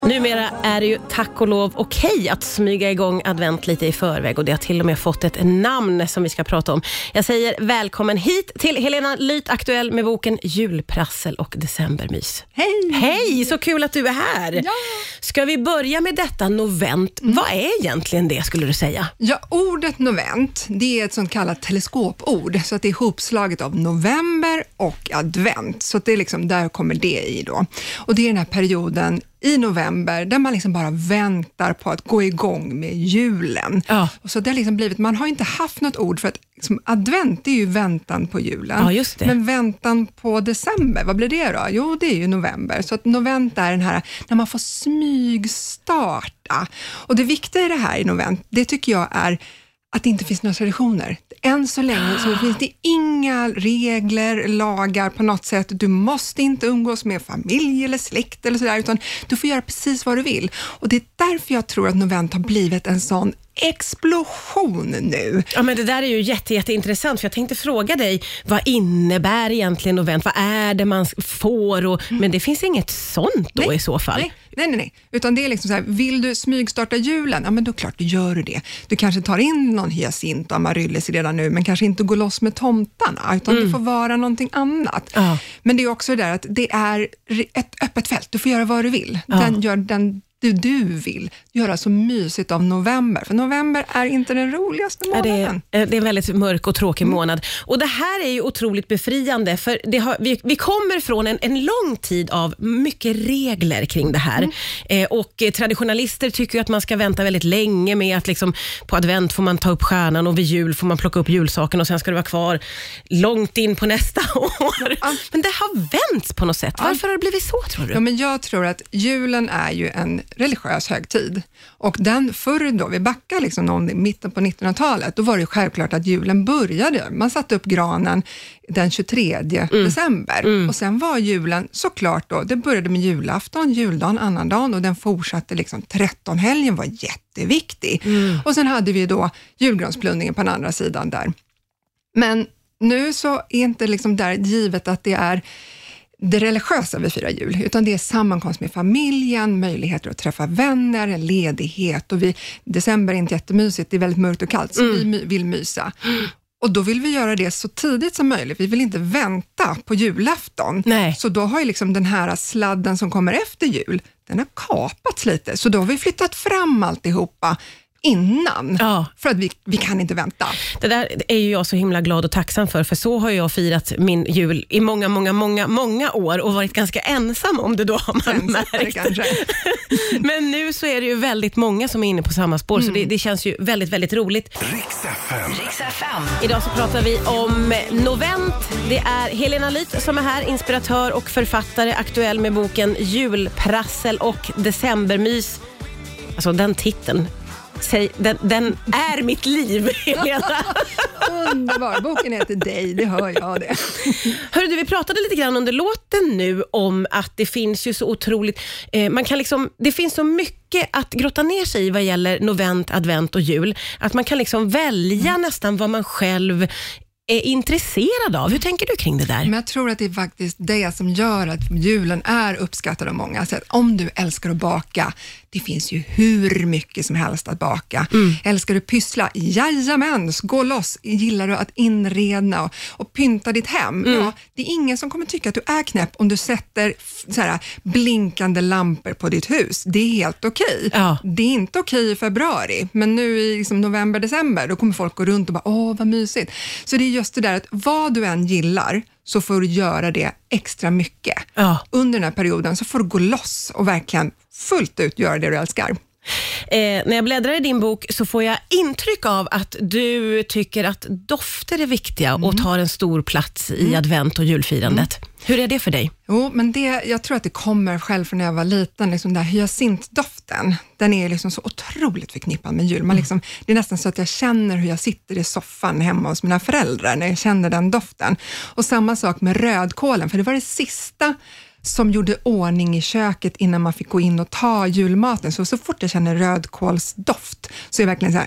Numera är det ju tack och lov okej att smyga igång advent lite i förväg, och det har till och med fått ett namn som vi ska prata om. Jag säger välkommen hit till Helena Lyth, aktuell med boken Julprassel och decembermys. Hej! Hej, så kul att du är här. Ja. Ska vi börja med detta novent? Vad är egentligen det, skulle du säga? Ja, ordet novent, det är ett sånt kallat teleskopord, så att det är ihopslaget av november och advent. Så att det är liksom, där kommer det i då. Och det är den här perioden i november där man liksom bara väntar på att gå igång med julen. Ja. Och så det har liksom blivit, man har inte haft något ord för att liksom, advent är ju väntan på julen. Ja, just det. Men väntan på december, vad blir det då? Jo, det är ju november. Så att novent är den här, när man får smygstarta. Och det viktiga i det här i novent, det tycker jag är att det inte finns några traditioner. Än så länge så finns det inga regler, lagar på något sätt. Du måste inte umgås med familj eller släkt eller sådär, utan du får göra precis vad du vill. Och det är därför jag tror att novent har blivit en sån explosion nu. Ja, men det där är ju jätteintressant, för jag tänkte fråga dig, vad innebär egentligen novent? Vad är det man får? Men det finns inget sånt då i så fall. Nej. Utan det är liksom så här, vill du smygstarta julen? Ja, men då klart du gör det. Du kanske tar in någon hyacint och amaryllis redan nu, men kanske inte går loss med tomtarna, utan det får vara någonting annat. Ja. Men det är också det där att det är ett öppet fält. Du får göra vad du vill. Gör den du vill göra så mysigt av november. För november är inte den roligaste månaden. Det är en väldigt mörk och tråkig månad. Och det här är ju otroligt befriande, för vi kommer från en lång tid av mycket regler kring det här. Och traditionalister tycker ju att man ska vänta väldigt länge med att liksom, på advent får man ta upp stjärnan och vid jul får man plocka upp julsaken och sen ska det vara kvar långt in på nästa år. Men det har vänts på något sätt. Varför har det blivit så, tror du? Ja, men jag tror att julen är ju en religiös högtid. Och den förr då, vi backar liksom mitten på 1900-talet, då var det självklart att julen började. Man satte upp granen den 23 december. Och sen var julen såklart då, det började med julafton, juldagen, annandagen, och den fortsatte liksom 13-helgen var jätteviktig. Och sen hade vi då julgransplundringen på den andra sidan där. Men nu så är inte liksom där givet att det är det religiösa vi firar jul, utan det är sammankomst med familjen, möjligheter att träffa vänner, en ledighet, och december är inte jättemysigt, det är väldigt mörkt och kallt, så vi vill mysa. Och då vill vi göra det så tidigt som möjligt. Vi vill inte vänta på julafton. Nej. Så då har ju liksom den här sladden som kommer efter jul, den har kapats lite. Så då har vi flyttat fram alltihopa innan, för att vi kan inte vänta. Det där är ju jag så himla glad och tacksam för så har jag firat min jul i många år och varit ganska ensam om det då, har man märkt. Men nu så är det ju väldigt många som är inne på samma spår, så det känns ju väldigt, väldigt roligt. Rix FM. Idag så pratar vi om novent. Det är Helena Lyth som är här, inspiratör och författare, aktuell med boken Julprassel och decembermys. Alltså den titeln, den är mitt liv, Helena. Underbar, boken är till dig, det hör jag det. Hörru du, vi pratade lite grann under låten nu om att det finns ju så otroligt, man kan liksom, det finns så mycket att grotta ner sig i vad gäller novent, advent och jul, att man kan liksom välja nästan vad man själv är intresserad av. Hur tänker du kring det där? Men jag tror att det är faktiskt det som gör att julen är uppskattad av många. Så att om du älskar att baka, det finns ju hur mycket som helst att baka. Älskar du pyssla? Jajamän, gå loss. Gillar du att inreda och pynta ditt hem? Ja, det är ingen som kommer tycka att du är knäpp om du sätter så här blinkande lampor på ditt hus. Det är helt okej. Ja. Det är inte okej i februari, men nu i liksom november, december, då kommer folk gå runt och bara, åh vad mysigt. Så det är just det där att vad du än gillar så får du göra det extra mycket. Ja. Under den här perioden så får du gå loss och verkligen fullt ut göra det du älskar. När jag bläddrar i din bok så får jag intryck av att du tycker att dofter är viktiga och tar en stor plats i advent- och julfirandet. Hur är det för dig? Jo, men jag tror att det kommer själv från när jag var liten. Liksom den här hyacintdoften, den är liksom så otroligt förknippad med jul. Man liksom, det är nästan så att jag känner hur jag sitter i soffan hemma hos mina föräldrar när jag känner den doften. Och samma sak med rödkålen, för det var det sista som gjorde ordning i köket innan man fick gå in och ta julmaten. Så fort jag känner rödkålsdoft så är jag verkligen så här,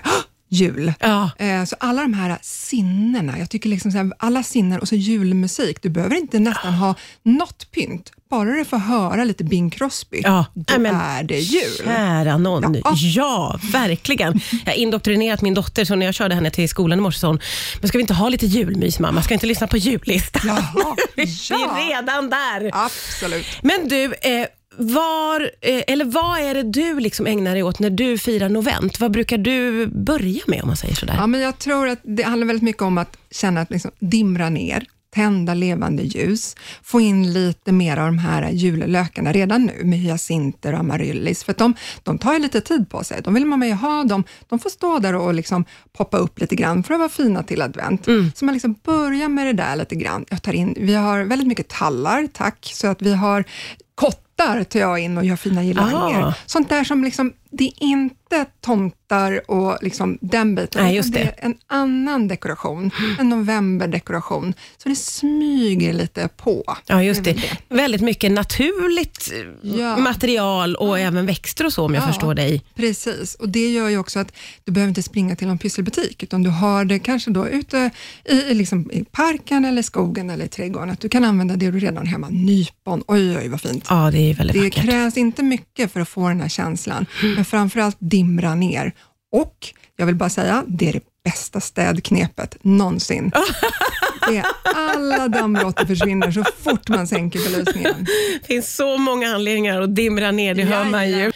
jul. Ja. Så alla de här sinnena, jag tycker liksom så här, alla sinnen och så julmusik, du behöver inte nästan ha något pynt, bara du får höra lite Bing Crosby, då är det jul. Kära någon, ja, verkligen. Jag har indoktrinerat min dotter, så när jag körde henne till skolan i morse så hon, men ska vi inte ha lite julmys, mamma? Ska inte lyssna på jullistan? Jaha, Vi är redan där. Absolut. Men du, vad är det du liksom ägnar dig åt när du firar novent? Vad brukar du börja med, om man säger sådär? Ja, men jag tror att det handlar väldigt mycket om att känna att liksom dimra ner, tända levande ljus, få in lite mer av de här jullökarna redan nu med hyacinter och amaryllis, för att de tar ju lite tid på sig. De vill man ju ha, de får stå där och liksom poppa upp lite grann för att vara fina till advent. Så man liksom börjar med det där lite grann. Vi har väldigt mycket tallar, tack, så att vi har kottar tar jag in och gör fina girlanger. Sånt där som liksom, det är inte tomtar och liksom den biten. Nej, just det. Det är en annan dekoration, en novemberdekoration. Så det smyger lite på. Ja, just det. Väldigt mycket naturligt material och även växter och så, om jag förstår dig. Precis, och det gör ju också att du behöver inte springa till någon pysselbutik, utan du har det kanske då ute i parken eller skogen eller i trädgården, att du kan använda det du redan har hemma. Nypon, oj vad fint. Ja, det är väldigt vackert. Det krävs inte mycket för att få den här känslan, men framförallt dimra ner. Och jag vill bara säga, det är det bästa städknepet någonsin. Det är alla dammråttor försvinner så fort man sänker belysningen. Det finns så många anledningar att dimra ner, det hör man ju.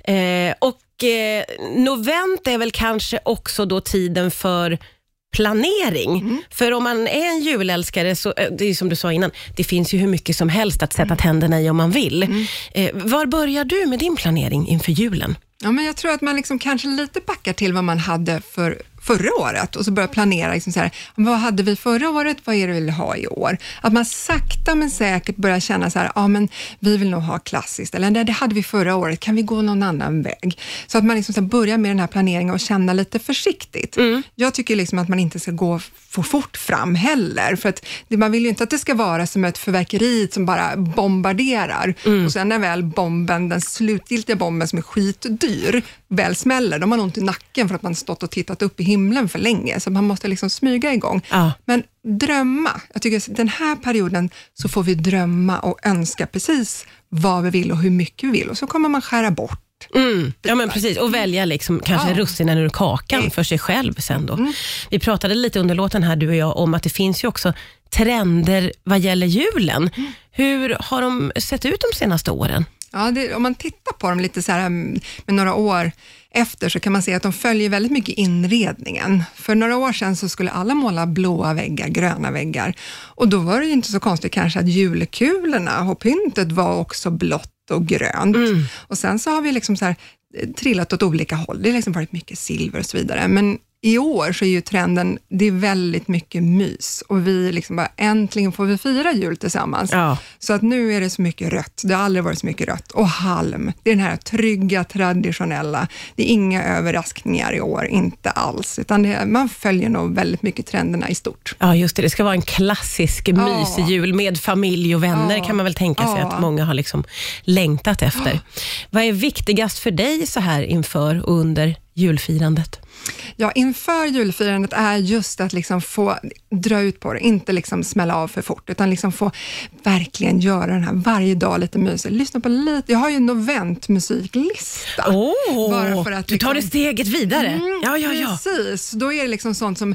Novent är väl kanske också då tiden för planering. För om man är en julälskare, så det är som du sa innan, det finns ju hur mycket som helst att sätta tänderna i om man vill. Var börjar du med din planering inför julen? Ja, men jag tror att man liksom kanske lite backar till vad man hade förra året och så börjar planera liksom så här, vad hade vi förra året, vad är det vi vill ha i år? Att man sakta men säkert börjar känna så här, men vi vill nog ha klassiskt, eller det hade vi förra året, kan vi gå någon annan väg? Så att man liksom så börjar med den här planeringen och känna lite försiktigt. Jag tycker liksom att man inte ska gå för fort fram heller, för att man vill ju inte att det ska vara som ett förverkeri som bara bombarderar och sen när väl den slutgiltiga bomben som är skitdyr väl smäller, de har ont i nacken för att man stått och tittat upp i himlen för länge, så man måste liksom smyga igång. Men drömma, jag tycker att den här perioden så får vi drömma och önska precis vad vi vill och hur mycket vi vill, och så kommer man skära bort. Ja, men precis, och välja liksom kanske russinen ur kakan för sig själv sen då. Vi pratade lite under låten här, du och jag, om att det finns ju också trender vad gäller julen. Hur har de sett ut de senaste åren? Ja, om man tittar på dem lite så här med några år efter, så kan man se att de följer väldigt mycket inredningen. För några år sedan så skulle alla måla blåa väggar, gröna väggar. Och då var det ju inte så konstigt kanske att julkulorna och pyntet var också blått och grönt. Och sen så har vi liksom så här trillat åt olika håll. Det har liksom varit mycket silver och så vidare. Men i år så är ju trenden, det är väldigt mycket mys. Och vi liksom bara, äntligen får vi fira jul tillsammans. Så att nu är det så mycket rött. Det har aldrig varit så mycket rött. Och halm. Det är den här trygga, traditionella. Det är inga överraskningar i år, inte alls. Utan man följer nog väldigt mycket trenderna i stort. Ja, just det. Det ska vara en klassisk mysjul med familj och vänner, kan man väl tänka sig att många har liksom längtat efter. Vad är viktigast för dig så här inför och under julfirandet? Ja, inför julfirandet är just att liksom få dra ut på det, inte liksom smälla av för fort, utan liksom få verkligen göra den här varje dag lite mysigt. Lyssna på lite, jag har ju en noventmusiklista. Bara för att du tar det steget vidare. Ja. Precis, då är det liksom sånt som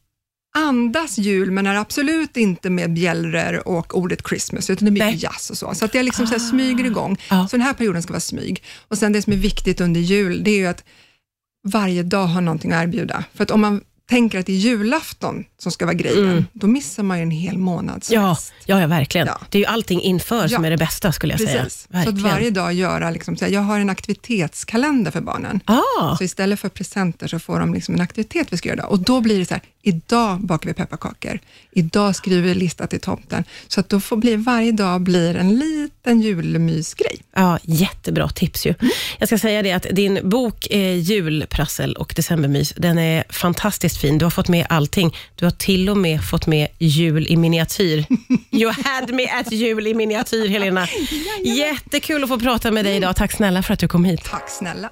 andas jul, men är absolut inte med bjällror och ordet Christmas, utan det är mycket jazz och så. Så att jag liksom så här smyger igång. Så den här perioden ska vara smyg. Och sen det som är viktigt under jul, det är ju att varje dag har någonting att erbjuda. För att om man tänker att det är julafton som ska vara grejen, då missar man ju en hel månads fest. Ja, verkligen. Ja. Det är ju allting inför som är det bästa, skulle jag säga. Verkligen. Så att varje dag göra, liksom, jag har en aktivitetskalender för barnen. Så istället för presenter så får de liksom en aktivitet vi ska göra. Och då blir det så här, idag bakar vi pepparkakor. Idag skriver vi lista till tomten. Så att då varje dag blir en liten julmysgrej. Ja, jättebra tips ju. Jag ska säga det att din bok Julprassel och decembermys, den är fantastiskt fin. Du har fått med allting. Du har till och med fått med jul i miniatyr. You had me at jul i miniatyr, Helena. Jättekul att få prata med dig idag. Tack snälla för att du kom hit. Tack snälla.